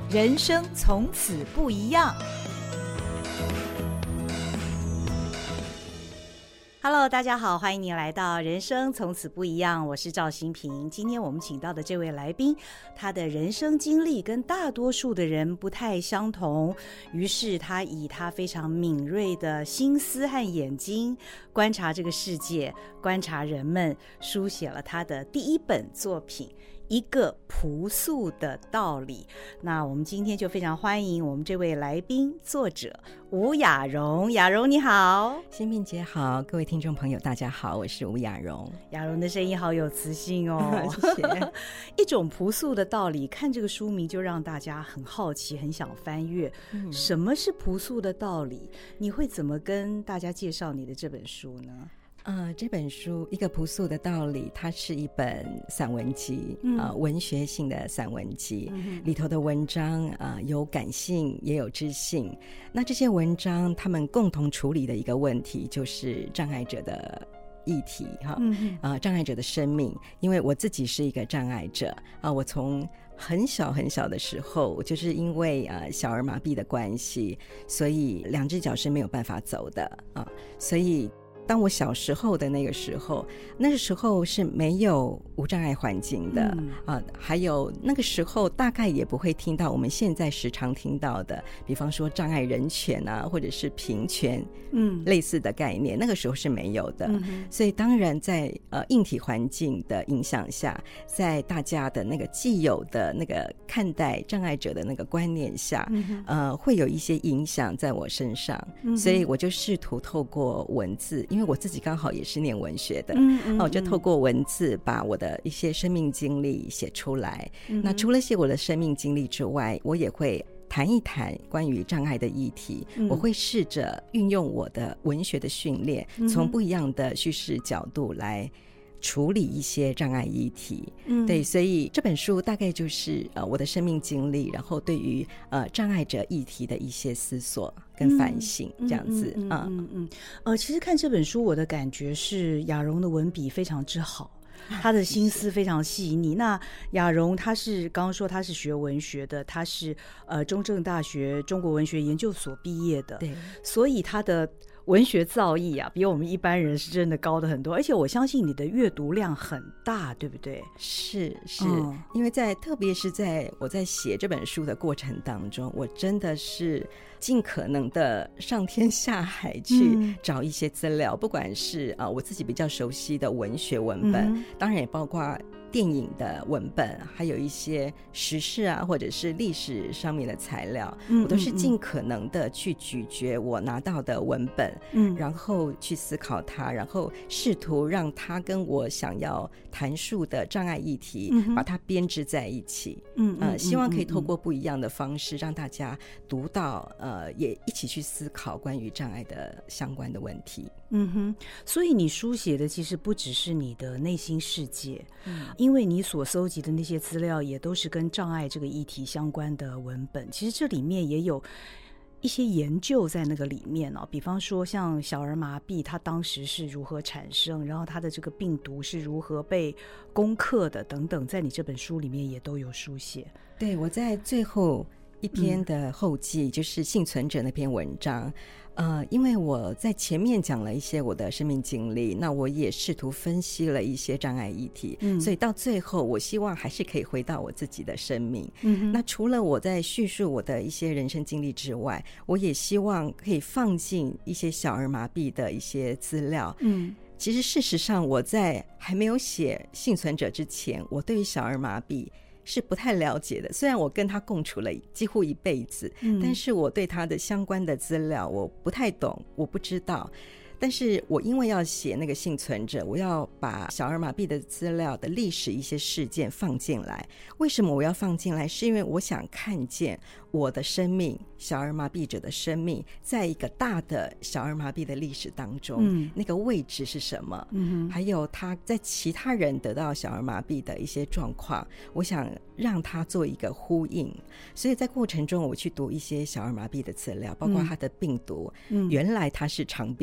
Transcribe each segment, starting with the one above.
人生从此不一样。Hello， 大家好，欢迎您来到人生从此不一样，我是赵心屏。今天我们请到的这位来宾，他的人生经历跟大多数的人不太相同，于是他以他非常敏锐的心思和眼睛观察这个世界，观察人们，书写了他的第一本作品，一个朴素的道理。那我们今天就非常欢迎我们这位来宾作者吴雅蓉。雅蓉你好。 心屏姐好，各位听众朋友大家好，我是吴雅蓉。 雅蓉的声音好有磁性哦。 谢谢。 一种朴素的道理，看这个书名就让大家很好奇，很想翻阅。什么是朴素的道理？你会怎么跟大家介绍你的这本书呢？ 这本书《一个朴素的道理》，它是一本散文集，文学性的散文集，里头的文章有感性也有知性。那这些文章他们共同处理的一个问题就是障碍者的议题障碍者的生命。因为我自己是一个障碍者我从很小很小的时候，就是因为小儿麻痹的关系，所以两只脚是没有办法走的所以当我小时候的那个时候是没有无障碍环境的还有那个时候大概也不会听到我们现在时常听到的，比方说障碍人权或者是平权类似的概念，那个时候是没有的所以当然在硬体环境的影响下，在大家的那个既有的那个看待障碍者的那个观念下会有一些影响在我身上所以我就试图透过文字，因为我自己刚好也是念文学的我就透过文字把我的一些生命经历写出来那除了写我的生命经历之外，我也会谈一谈关于障碍的议题我会试着运用我的文学的训练从不一样的叙事角度来处理一些障碍议题对，所以这本书大概就是我的生命经历，然后对于障碍者议题的一些思索跟反省这样子其实看这本书我的感觉是雅蓉的文笔非常之好，他的心思非常细腻。那雅蓉他是刚刚说他是学文学的，他是中正大学中国文学研究所毕业的，对，所以他的文学造诣比我们一般人是真的高的很多，而且我相信你的阅读量很大，对不对？ 是因为特别是在我在写这本书的过程当中，我真的是尽可能的上天下海去找一些资料不管是我自己比较熟悉的文学文本当然也包括电影的文本，还有一些时事或者是历史上面的材料我都是尽可能的去咀嚼我拿到的文本然后去思考它，然后试图让它跟我想要谈述的障碍议题把它编织在一起希望可以透过不一样的方式让大家读到也一起去思考关于障碍的相关的问题所以你书写的其实不只是你的内心世界因为你所搜集的那些资料也都是跟障碍这个议题相关的文本，其实这里面也有一些研究在那个里面比方说像小儿麻痹它当时是如何产生，然后它的这个病毒是如何被攻克的等等，在你这本书里面也都有书写。 对，我在最后一篇的后记就是幸存者那篇文章因为我在前面讲了一些我的生命经历，那我也试图分析了一些障碍议题所以到最后我希望还是可以回到我自己的生命那除了我在叙述我的一些人生经历之外，我也希望可以放进一些小儿麻痹的一些资料其实事实上我在还没有写幸存者之前，我对于小儿麻痹是不太了解的，虽然我跟他共处了几乎一辈子但是我对他的相关的资料我不太懂，我不知道但是我因为要写那个幸存者，我要把小儿麻痹的资料的历史一些事件放进来。为什么我要放进来？是因为我想看见我的生命，小儿麻痹者的生命在一个大的小儿麻痹的历史当中那个位置是什么还有他在其他人得到小儿麻痹的一些状况，我想让他做一个呼应。所以在过程中我去读一些小儿麻痹的资料，包括他的病毒原来他是肠病毒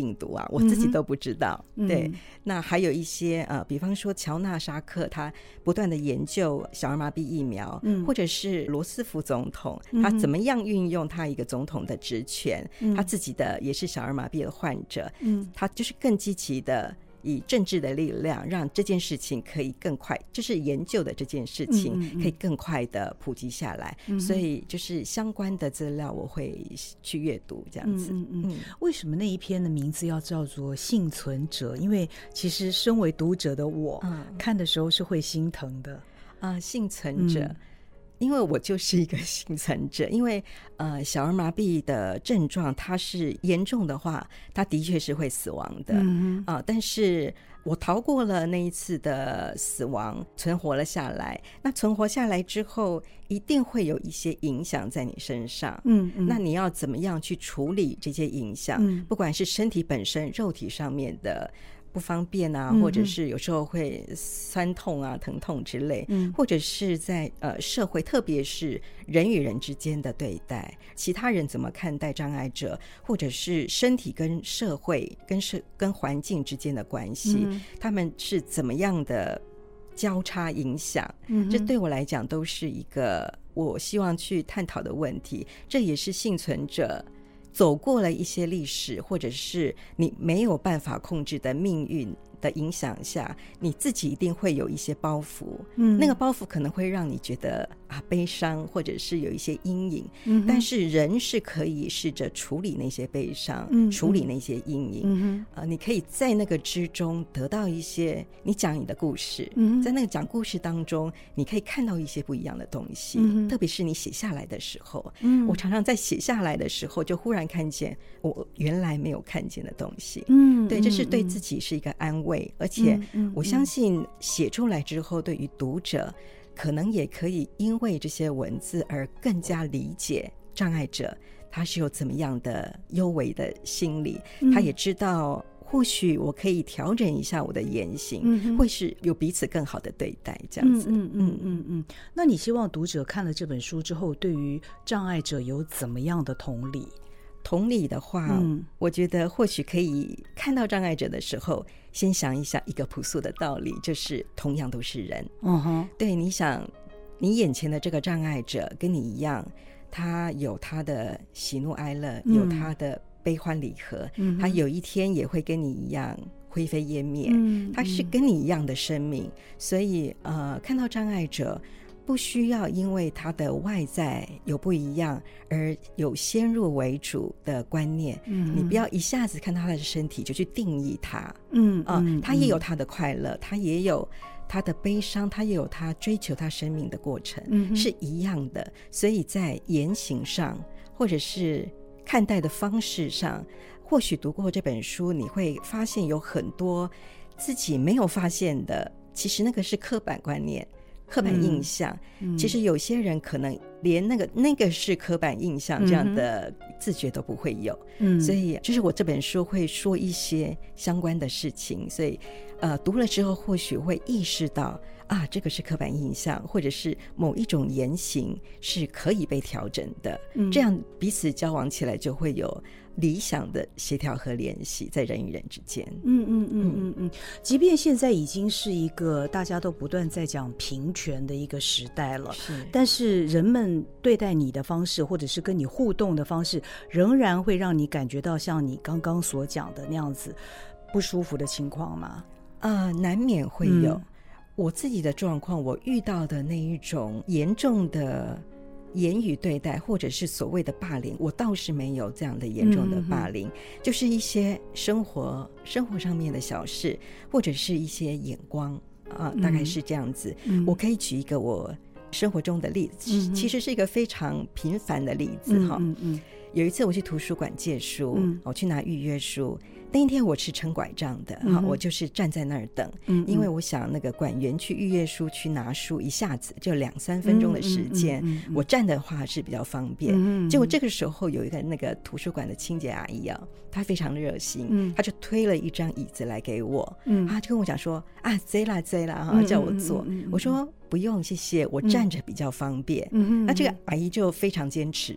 道，我自己都不知道。对，那还有一些比方说乔纳沙克他不断的研究小儿麻痹疫苗，或者是罗斯福总统他怎么样运用他一个总统的职权，他自己的也是小儿麻痹的患者，他就是更积极的以政治的力量让这件事情可以更快，就是研究的这件事情可以更快的普及下来，所以就是相关的资料我会去阅读这样子。 为什么那一篇的名字要叫做幸存者？因为其实身为读者的我，看的时候是会心疼的幸存者，因为我就是一个幸存者，因为小儿麻痹的症状它是严重的话，它的确是会死亡的，但是我逃过了那一次的死亡，存活了下来。那存活下来之后，一定会有一些影响在你身上，那你要怎么样去处理这些影响？不管是身体本身、肉体上面的不方便啊，或者是有时候会酸痛啊、疼痛之类，或者是在社会，特别是人与人之间的对待，其他人怎么看待障碍者，或者是身体跟社会跟环境之间的关系，他们是怎么样的交叉影响，这对我来讲都是一个我希望去探讨的问题。这也是幸存者走过了一些历史，或者是你没有办法控制的命运的影响下，你自己一定会有一些包袱，那个包袱可能会让你觉得悲伤，或者是有一些阴影，但是人是可以试着处理那些悲伤，处理那些阴影，你可以在那个之中得到一些，你讲你的故事，在那个讲故事当中你可以看到一些不一样的东西，特别是你写下来的时候，我常常在写下来的时候就忽然看见我原来没有看见的东西，对，这是对自己是一个安慰，而且我相信写出来之后，对于读者可能也可以因为这些文字而更加理解障碍者他是有怎么样的幽微的心理，他也知道或许我可以调整一下我的言行，会是有彼此更好的对待这样子。 那你希望读者看了这本书之后，对于障碍者有怎么样的同理？ 同理的话，我觉得或许可以看到障碍者的时候，先想一想一个朴素的道理，就是同样都是人。对，你想你眼前的这个障碍者跟你一样，他有他的喜怒哀乐，有他的悲欢离合，他有一天也会跟你一样灰飞烟灭，他是跟你一样的生命，所以看到障碍者不需要因为他的外在有不一样而有先入为主的观念，你不要一下子看他的身体就去定义他，他也有他的快乐，他也有他的悲伤，他也有他追求他生命的过程，是一样的。所以在言行上或者是看待的方式上，或许读过这本书你会发现有很多自己没有发现的，其实那个是刻板观念、刻板印象，其实有些人可能连那个是刻板印象这样的自觉都不会有，所以就是我这本书会说一些相关的事情，所以读了之后或许会意识到这个是刻板印象，或者是某一种言行是可以被调整的，这样彼此交往起来就会有理想的协调和联系在人与人之间。 即便现在已经是一个大家都不断在讲平权的一个时代了，但是人们对待你的方式或者是跟你互动的方式仍然会让你感觉到像你刚刚所讲的那样子不舒服的情况吗？ 难免会有，我自己的状况，我遇到的那一种严重的言语对待或者是所谓的霸凌，我倒是没有这样的严重的霸凌，就是一些生活上面的小事，或者是一些眼光大概是这样子。我可以举一个我生活中的例子，其实是一个非常平凡的例子有一次我去图书馆借书，我去拿预约书，那一天我是撑拐杖的，我就是站在那儿等，因为我想那个馆员去预约书去拿书一下子就2-3分钟的时间，我站的话是比较方便，结果这个时候有一个那个图书馆的清洁阿姨她非常热心，她就推了一张椅子来给我，她就跟我讲说这啦叫我坐，我说不用谢谢，我站着比较方便，那这个阿姨就非常坚持，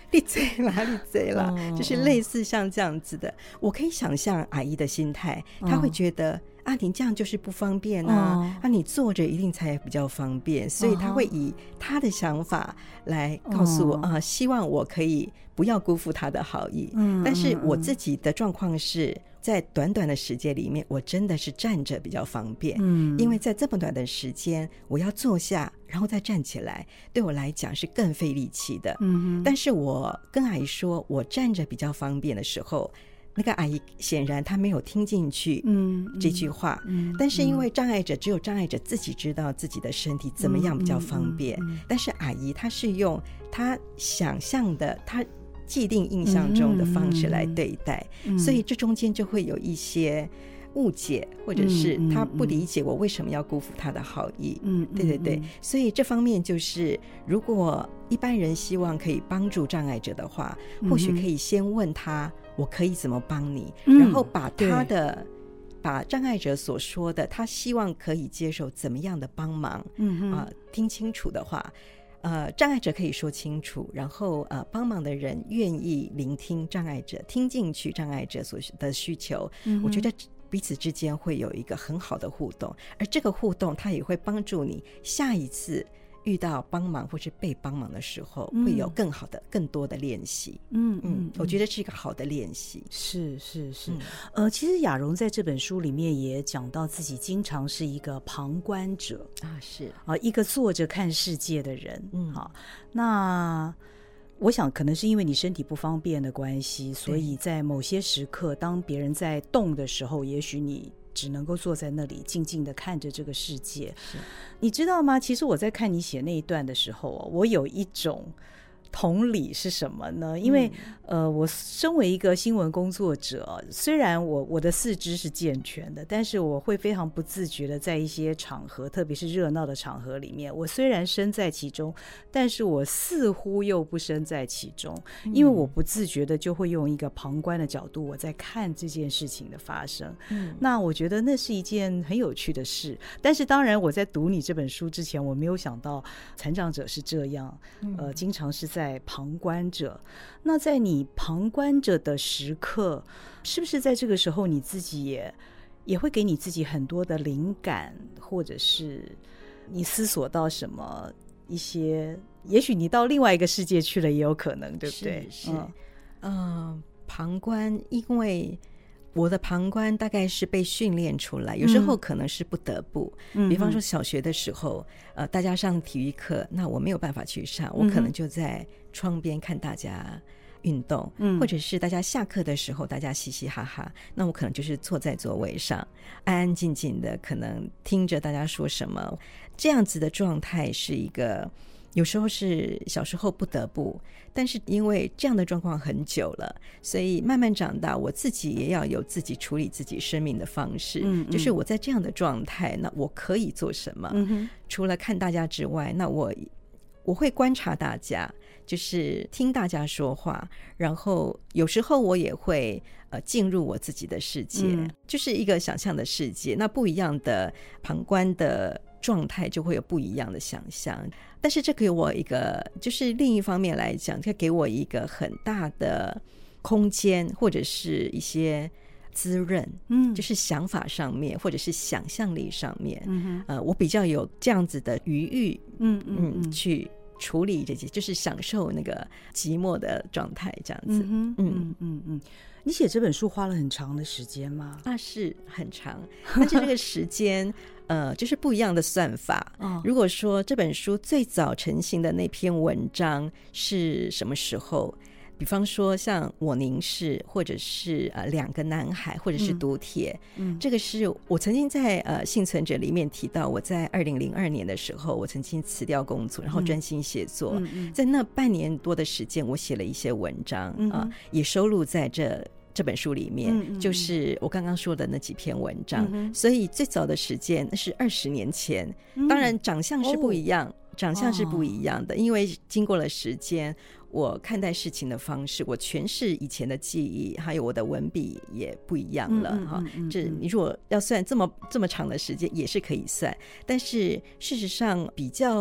你醉啦，你醉啦，就是类似像这样子的。我可以想象阿姨的心态，她会觉得啊，你这样就是不方便啊，你坐着一定才比较方便，所以她会以她的想法来告诉我希望我可以不要辜负她的好意。但是我自己的状况是在短短的时间里面，我真的是站着比较方便，因为在这么短的时间我要坐下然后再站起来，对我来讲是更费力气的。但是我跟阿姨说我站着比较方便的时候，那个阿姨显然她没有听进去这句话，但是因为障碍者只有障碍者自己知道自己的身体怎么样比较方便，但是阿姨她是用她想象的她既定印象中的方式来对待，所以这中间就会有一些误解，或者是他不理解我为什么要辜负他的好意。对对对，所以这方面就是如果一般人希望可以帮助障碍者的话，或许可以先问他我可以怎么帮你，然后把他的把障碍者所说的他希望可以接受怎么样的帮忙听清楚的话，障碍者可以说清楚，然后帮忙的人愿意聆听障碍者，听进去障碍者所的需求，我觉得彼此之间会有一个很好的互动，而这个互动它也会帮助你下一次遇到帮忙或是被帮忙的时候会有更好的更多的练习。我觉得是一个好的练习。 是其实雅蓉在这本书里面也讲到自己经常是一个旁观者是一个坐着看世界的人。好，那我想可能是因为你身体不方便的关系，所以在某些时刻当别人在动的时候，也许你只能够坐在那里静静的看着这个世界。你知道吗，其实我在看你写那一段的时候，我有一种同理是什么呢？因为我身为一个新闻工作者，虽然我的四肢是健全的，但是我会非常不自觉的在一些场合，特别是热闹的场合里面，我虽然身在其中，但是我似乎又不身在其中，因为我不自觉的就会用一个旁观的角度我在看这件事情的发生。那我觉得那是一件很有趣的事，但是当然我在读你这本书之前，我没有想到残障者是这样经常是在旁观者。那在你旁观者的时刻，是不是在这个时候你自己也会给你自己很多的灵感，或者是你思索到什么一些，也许你到另外一个世界去了也有可能，对不对？ 是旁观，因为我的旁观大概是被训练出来，有时候可能是不得不比方说小学的时候大家上体育课，那我没有办法去上，我可能就在窗边看大家运动，或者是大家下课的时候大家嘻嘻哈哈，那我可能就是坐在座位上安安静静的，可能听着大家说什么，这样子的状态是一个有时候是小时候不得不，但是因为这样的状况很久了，所以慢慢长大，我自己也要有自己处理自己生命的方式。就是我在这样的状态，那我可以做什么？除了看大家之外，那我会观察大家，就是听大家说话，然后有时候我也会进入我自己的世界，就是一个想象的世界。那不一样的旁观的状态就会有不一样的想象，但是这给我一个，就是另一方面来讲，它给我一个很大的空间，或者是一些滋润，就是想法上面或者是想象力上面，我比较有这样子的余裕，去处理这些，就是享受那个寂寞的状态，这样子。 你写这本书花了很长的时间吗？ 是很长，但是这个时间就是不一样的算法。如果说这本书最早成型的那篇文章是什么时候，比方说像我凝视，或者是两个男孩，或者是读帖，这个是我曾经在幸存者里面提到，我在2002年的时候，我曾经辞掉工作，然后专心写作，在那半年多的时间，我写了一些文章也收录在这本书里面，就是我刚刚说的那几篇文章，所以最早的时间那是20年前，当然长相是不一样，长相是不一样的，因为经过了时间，我看待事情的方式，我诠释以前的记忆，还有我的文笔也不一样了这你如果要算这么长的时间也是可以算，但是事实上比较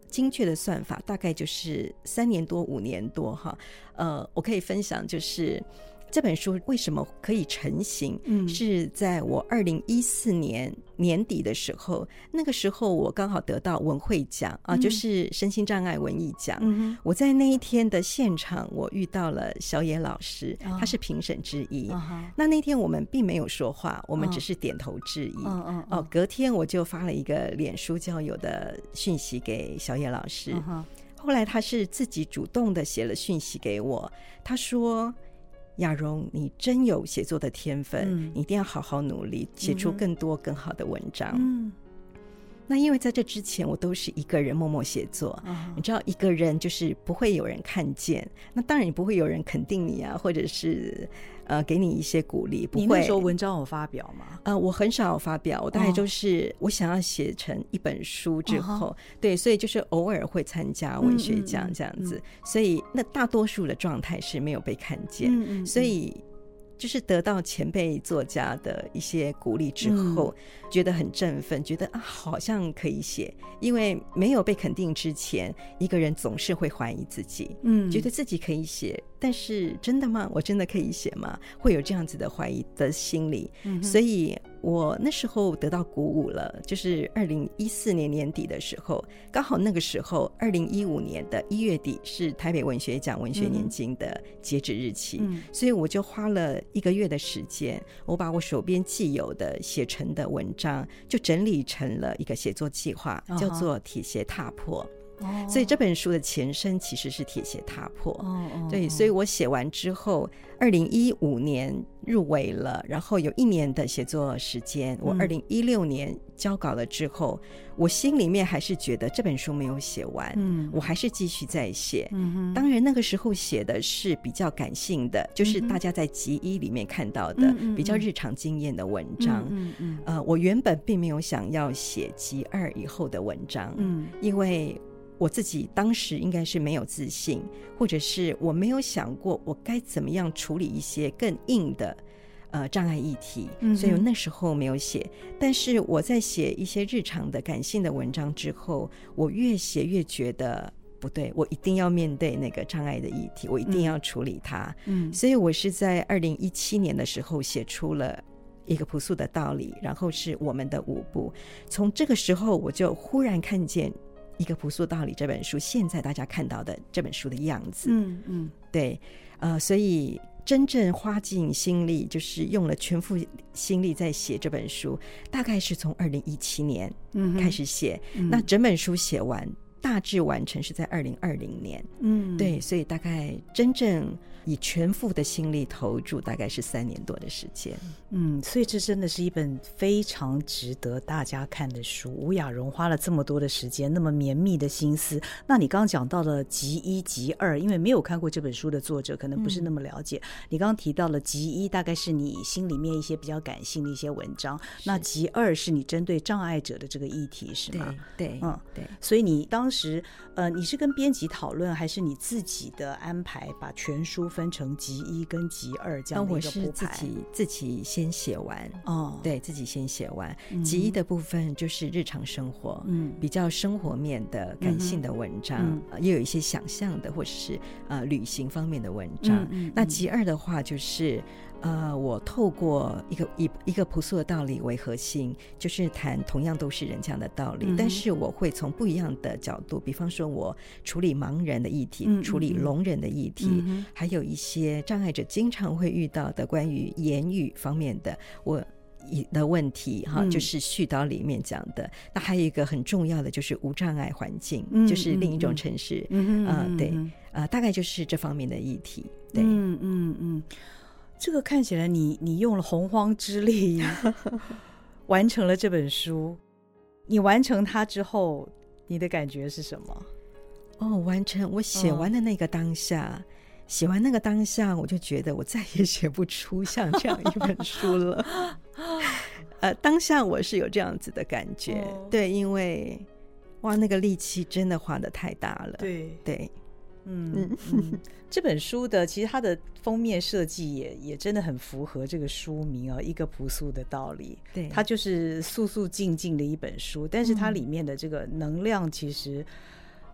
精确的算法大概就是3年多5年多哈。我可以分享就是这本书为什么可以成型，是在我2014年年底的时候，那个时候我刚好得到文汇奖啊，就是身心障碍文艺奖。我在那一天的现场，我遇到了小野老师，他是评审之一。那天我们并没有说话，我们只是点头致意。隔天我就发了一个脸书交友的讯息给小野老师。后来他是自己主动的写了讯息给我，他说：雅蓉，你真有写作的天分，你一定要好好努力，写出更多更好的文章。那因为在这之前我都是一个人默默写作，你知道一个人就是不会有人看见，那当然你不会有人肯定你啊，或者是给你一些鼓励，不会。 你那时候文章有发表吗？ 我很少发表，我大概就是我想要写成一本书之后，对，所以就是偶尔会参加文学奖这样子，所以那大多数的状态是没有被看见，所以就是得到前辈作家的一些鼓励之后，觉得很振奋，觉得好像可以写。因为没有被肯定之前，一个人总是会怀疑自己，觉得自己可以写，但是真的吗？我真的可以写吗？会有这样子的怀疑的心理。所以我那时候得到鼓舞了，就是2014年年底的时候，刚好那个时候2015年的1月底是台北文学奖文学年金的截止日期，所以我就花了1个月的时间，我把我手边既有的写成的文章就整理成了一个写作计划，叫做铁鞋踏破。所以这本书的前身其实是铁鞋踏破。对，所以我写完之后2015年入围了，然后有1年的写作时间，我2016年交稿了之后，我心里面还是觉得这本书没有写完，我还是继续在写。当然那个时候写的是比较感性的，就是大家在集1里面看到的比较日常经验的文章。我原本并没有想要写集2以后的文章，因为我自己当时应该是没有自信，或者是我没有想过我该怎么样处理一些更硬的障碍议题，所以我那时候没有写。但是我在写一些日常的感性的文章之后，我越写越觉得不对，我一定要面对那个障碍的议题，我一定要处理它。所以我是在2017年的时候写出了一个朴素的道理，然后是我们的5部。从这个时候我就忽然看见一个朴素道理这本书现在大家看到的这本书的样子。对，所以真正花尽心力，就是用了全副心力在写这本书，大概是从2017年开始写，那整本书写完大致完成是在2020年。对，所以大概真正以全副的心力投注大概是3年多的时间。 所以这真的是一本非常值得大家看的书。吴雅蓉花了这么多的时间，那么绵密的心思。那你刚刚讲到了集1集2，因为没有看过这本书的作者可能不是那么了解，你刚刚提到了集1大概是你心里面一些比较感性的一些文章，那集2是你针对障碍者的这个议题，是吗？ 对，对。 所以你当时你是跟编辑讨论，还是你自己的安排，把全书分成集1跟集2这样的一个铺排？ 我是自己先写完。对，自己先写完。集1的部分就是日常生活，比较生活面的感性的文章，也有一些想象的或者是旅行方面的文章。那集2的话就是我透过一个朴素的道理为核心，就是谈同样都是人这样的道理，但是我会从不一样的角度，比方说我处理盲人的议题，处理聋人的议题，还有一些障碍者经常会遇到的关于言语方面的问题就是序导里面讲的。那还有一个很重要的就是无障碍环境，就是另一种城市。对，大概就是这方面的议题。对， 这个看起来你用了洪荒之力完成了这本书。你完成它之后，你的感觉是什么？ 完成，我写完的那个当下，写完那个当下，我就觉得我再也写不出像这样一本书了。当下我是有这样子的感觉。对，因为那个力气真的花得太大了。对。 这本书的其实它的封面设计也真的很符合这个书名一个朴素的道理。 对， 它就是肃肃静静的一本书，但是它里面的这个能量其实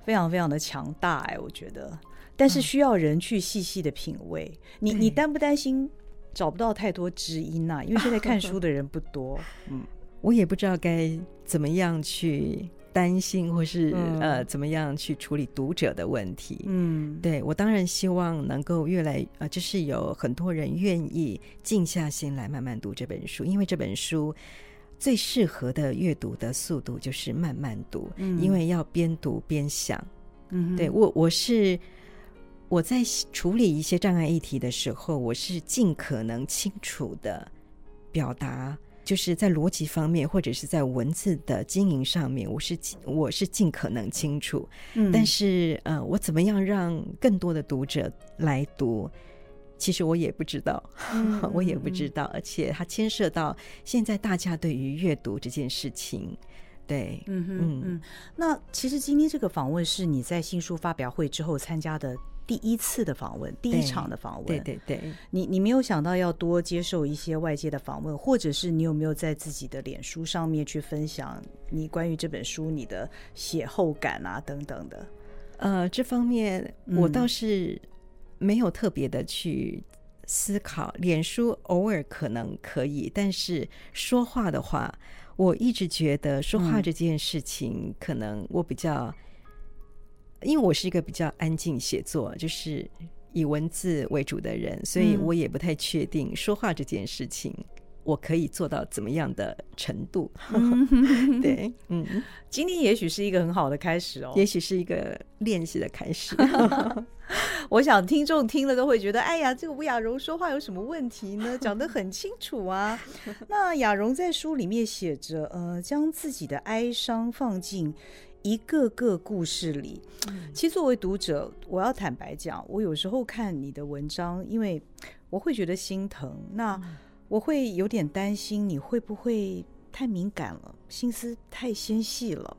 非常非常的强大我觉得，但是需要人去细细的品味。你担不担心找不到太多知音啊？因为现在看书的人不多。 我也不知道该怎么样去担心，或是怎么样去处理读者的问题。对，我当然希望能够越来就是有很多人愿意静下心来慢慢读这本书，因为这本书最适合的阅读的速度就是慢慢读，因为要边读边想。对，我在处理一些障碍议题的时候，我是尽可能清楚的表达，就是在逻辑方面或者是在文字的经营上面，我是尽可能清楚。但是我怎么样让更多的读者来读，其实我也不知道。我也不知道，而且它牵涉到现在大家对于阅读这件事情。对， 那其实今天这个访问是你在新书发表会之后参加的第一次的访问，第一场的访问。 对对对， 你没有想到要多接受一些外界的访问，或者是你有没有在自己的脸书上面去分享你关于这本书你的写后感啊等等的？ 这方面我倒是没有特别的去思考，脸书偶尔可能可以，但是说话的话，我一直觉得说话这件事情可能我比较因为我是一个比较安静写作，就是以文字为主的人，所以我也不太确定说话这件事情我可以做到怎么样的程度。对， 今天也许是一个很好的开始也许是一个练习的开始。 我想听众听了都会觉得，哎呀，这个吴雅蓉说话有什么问题呢？讲得很清楚啊。那雅蓉在书里面写着，将自己的哀伤放进一个个故事里。其实作为读者，我要坦白讲，我有时候看你的文章，因为我会觉得心疼，那我会有点担心你会不会太敏感了，心思太纤细了。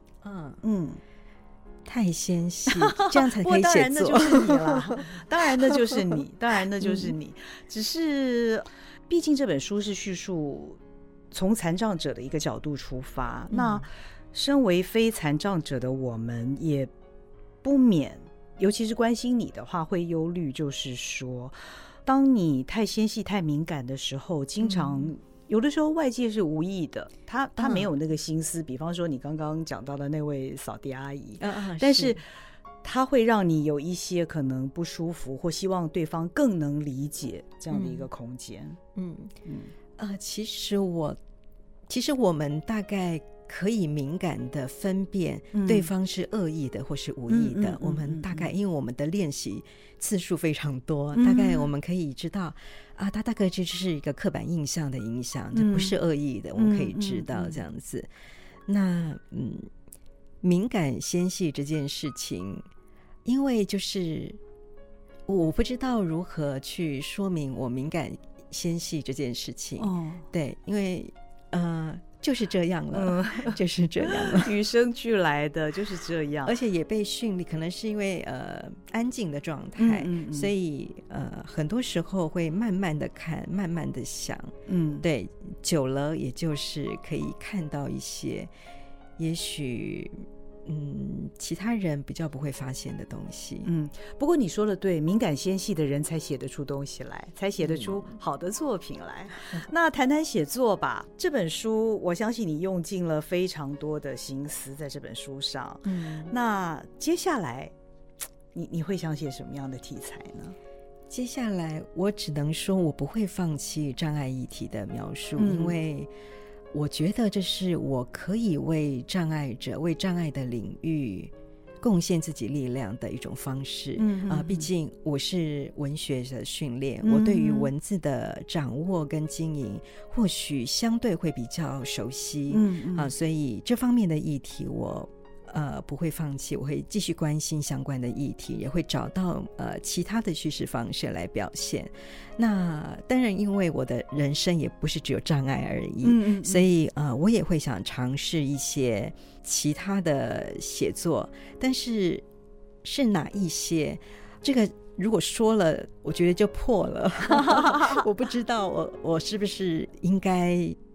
太纤细，这样才可以写作。 当然那就是你当然那就是你，只是毕竟这本书是叙述从残障者的一个角度出发，那身为非残障者的我们也不免，尤其是关心你的话会忧虑，就是说当你太纤细太敏感的时候，经常有的时候外界是无意的，他没有那个心思，比方说你刚刚讲到的那位扫地阿姨，但是他会让你有一些可能不舒服，或希望对方更能理解这样的一个空间。 其实我们大概可以敏感的分辨对方是恶意的或是无意的。我们大概因为我们的练习次数非常多，大概我们可以知道他大概就是一个刻板印象的影响，这不是恶意的，我们可以知道这样子。那敏感纤细这件事情，因为就是我不知道如何去说明我敏感纤细这件事情。对，因为就是这样了，就是这样了， 与生俱来的就是这样， 而且也被训练，可能是因为安静的状态，所以很多时候会慢慢的看，慢慢的想，对，久了也就是可以看到一些也许其他人比较不会发现的东西。 不过你说的对，敏感纤细的人才写得出东西来，才写得出好的作品来。那谈谈写作吧，这本书我相信你用尽了非常多的心思在这本书上。那接下来你会想写什么样的题材呢？ 接下来我只能说我不会放弃障碍议题的描述，因为我觉得这是我可以为障碍者、为障碍的领域贡献自己力量的一种方式。毕竟我是文学的训练，我对于文字的掌握跟经营或许相对会比较熟悉。所以这方面的议题我不会放弃，我会继续关心相关的议题，也会找到其他的叙事方式来表现。那当然因为我的人生也不是只有障碍而已，所以我也会想尝试一些其他的写作，但是哪一些，这个如果说了我觉得就破了。我不知道我是不是应该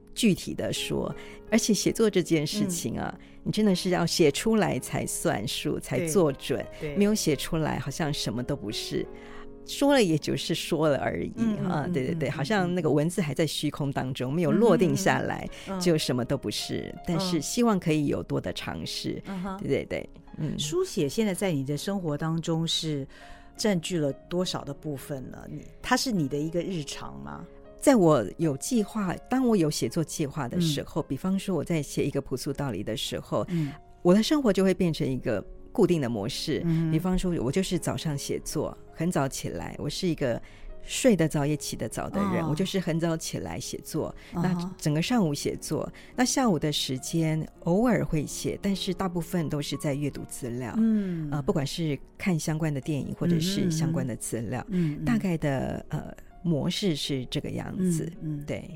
具体的说，而且写作这件事情啊，你真的是要写出来才算数，才做准，没有写出来好像什么都不是，说了也就是说了而已对对对，好像那个文字还在虚空当中，没有落定下来，就什么都不是。但是希望可以有多的尝试，对对对。 书写现在在你的生活当中是占据了多少的部分呢？它是你的一个日常吗？ 在我有计划，当我有写作计划的时候，比方说我在写一个朴素道理的时候，我的生活就会变成一个固定的模式。比方说我就是早上写作，很早起来，我是一个睡得早也起得早的人，我就是很早起来写作，那整个上午写作，那下午的时间偶尔会写，但是大部分都是在阅读资料，不管是看相关的电影或者是相关的资料，大概的模式是这个样子，对，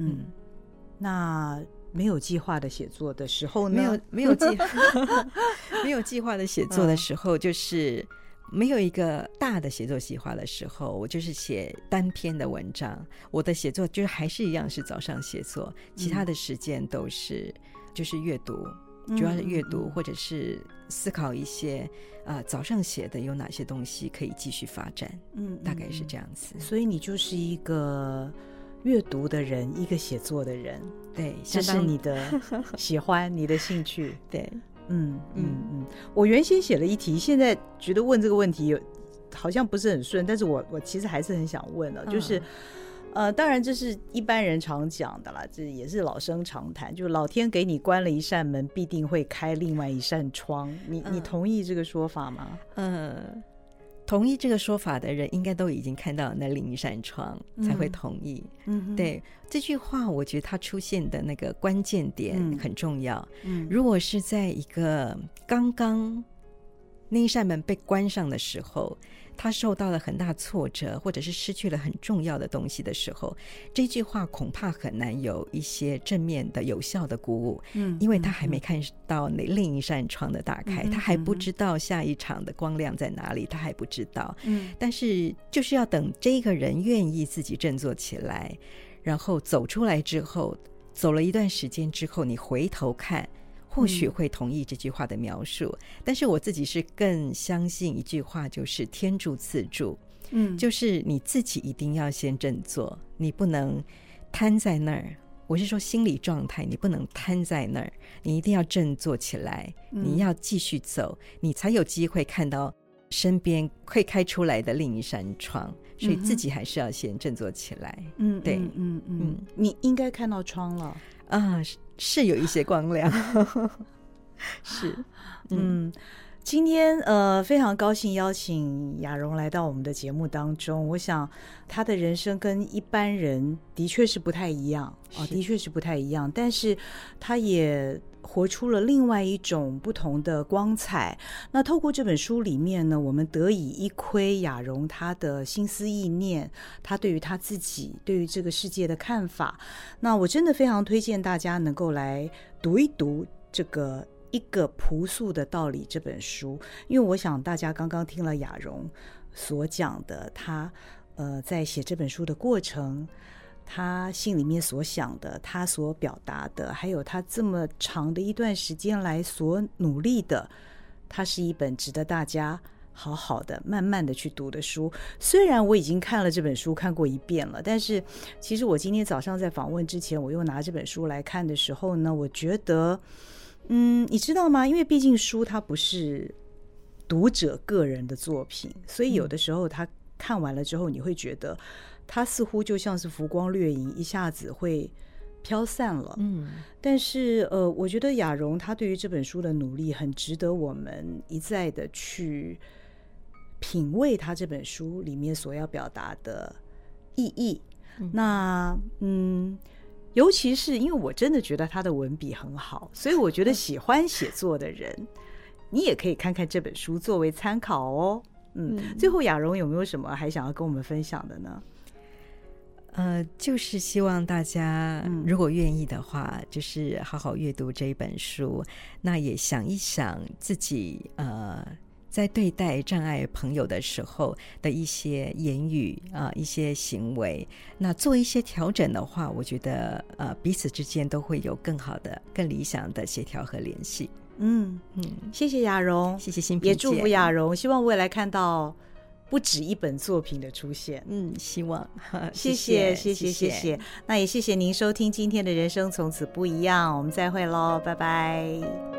那没有计划的写作的时候呢？ 没有计划的写作的时候，就是没有一个大的写作计划的时候，我就是写单篇的文章。我的写作就是还是一样是早上写作，其他的时间都是就是阅读，主要是阅读或者是思考一些早上写的有哪些东西可以继续发展，大概是这样子。 所以你就是一个阅读的人，一个写作的人， 对， 这是你的喜欢，你的兴趣， 对。 我原先写了一题，现在觉得问这个问题好像不是很顺，但是我其实还是很想问了，就是当然这是一般人常讲的啦，这也是老生常谈，就老天给你关了一扇门，必定会开另外一扇窗。你同意这个说法吗？ 同意这个说法的人应该都已经看到那另一扇窗才会同意。对，这句话我觉得它出现的那个关键点很重要。如果是在一个刚刚那一扇门被关上的时候，他受到了很大挫折，或者是失去了很重要的东西的时候，这句话恐怕很难有一些正面的有效的鼓舞，因为他还没看到那另一扇窗的打开，他还不知道下一场的光亮在哪里，他还不知道。但是就是要等这个人愿意自己振作起来，然后走出来之后，走了一段时间之后，你回头看，或许会同意这句话的描述，但是我自己是更相信一句话，就是天助自助。就是你自己一定要先振作，你不能瘫在那儿。我是说心理状态，你不能瘫在那儿，你一定要振作起来，你要继续走，你才有机会看到身边会开出来的另一扇窗。所以自己还是要先振作起来。对， 你应该看到窗了啊，是有一些光亮。是， 今天非常高兴邀请雅蓉来到我们的节目当中。我想她的人生跟一般人的确是不太一样的确是不太一样，但是她也活出了另外一种不同的光彩。那透过这本书里面呢，我们得以一窥雅蓉她的心思意念，她对于她自己对于这个世界的看法。那我真的非常推荐大家能够来读一读这个一个朴素的道理这本书，因为我想大家刚刚听了雅蓉所讲的，她在写这本书的过程，他心里面所想的，他所表达的，还有他这么长的一段时间来所努力的，它是一本值得大家好好的慢慢的去读的书。虽然我已经看了这本书看过一遍了，但是其实我今天早上在访问之前，我又拿这本书来看的时候呢，我觉得你知道吗，因为毕竟书它不是读者个人的作品，所以有的时候他看完了之后，你会觉得它似乎就像是浮光掠影，一下子会飘散了。但是我觉得雅蓉她对于这本书的努力很值得我们一再的去品味她这本书里面所要表达的意义。那尤其是因为我真的觉得她的文笔很好，所以我觉得喜欢写作的人你也可以看看这本书作为参考哦。最后雅蓉有没有什么还想要跟我们分享的呢？ 就是希望大家如果愿意的话，就是好好阅读这一本书，那也想一想自己在对待障碍朋友的时候的一些言语一些行为，那做一些调整的话，我觉得彼此之间都会有更好的更理想的协调和联系。 谢谢雅蓉， 谢谢心屏姐， 也祝福雅蓉，希望未来看到不止一本作品的出现。 希望。 谢谢。那也谢谢您收听今天的人生从此不一样，我们再会咯，拜拜。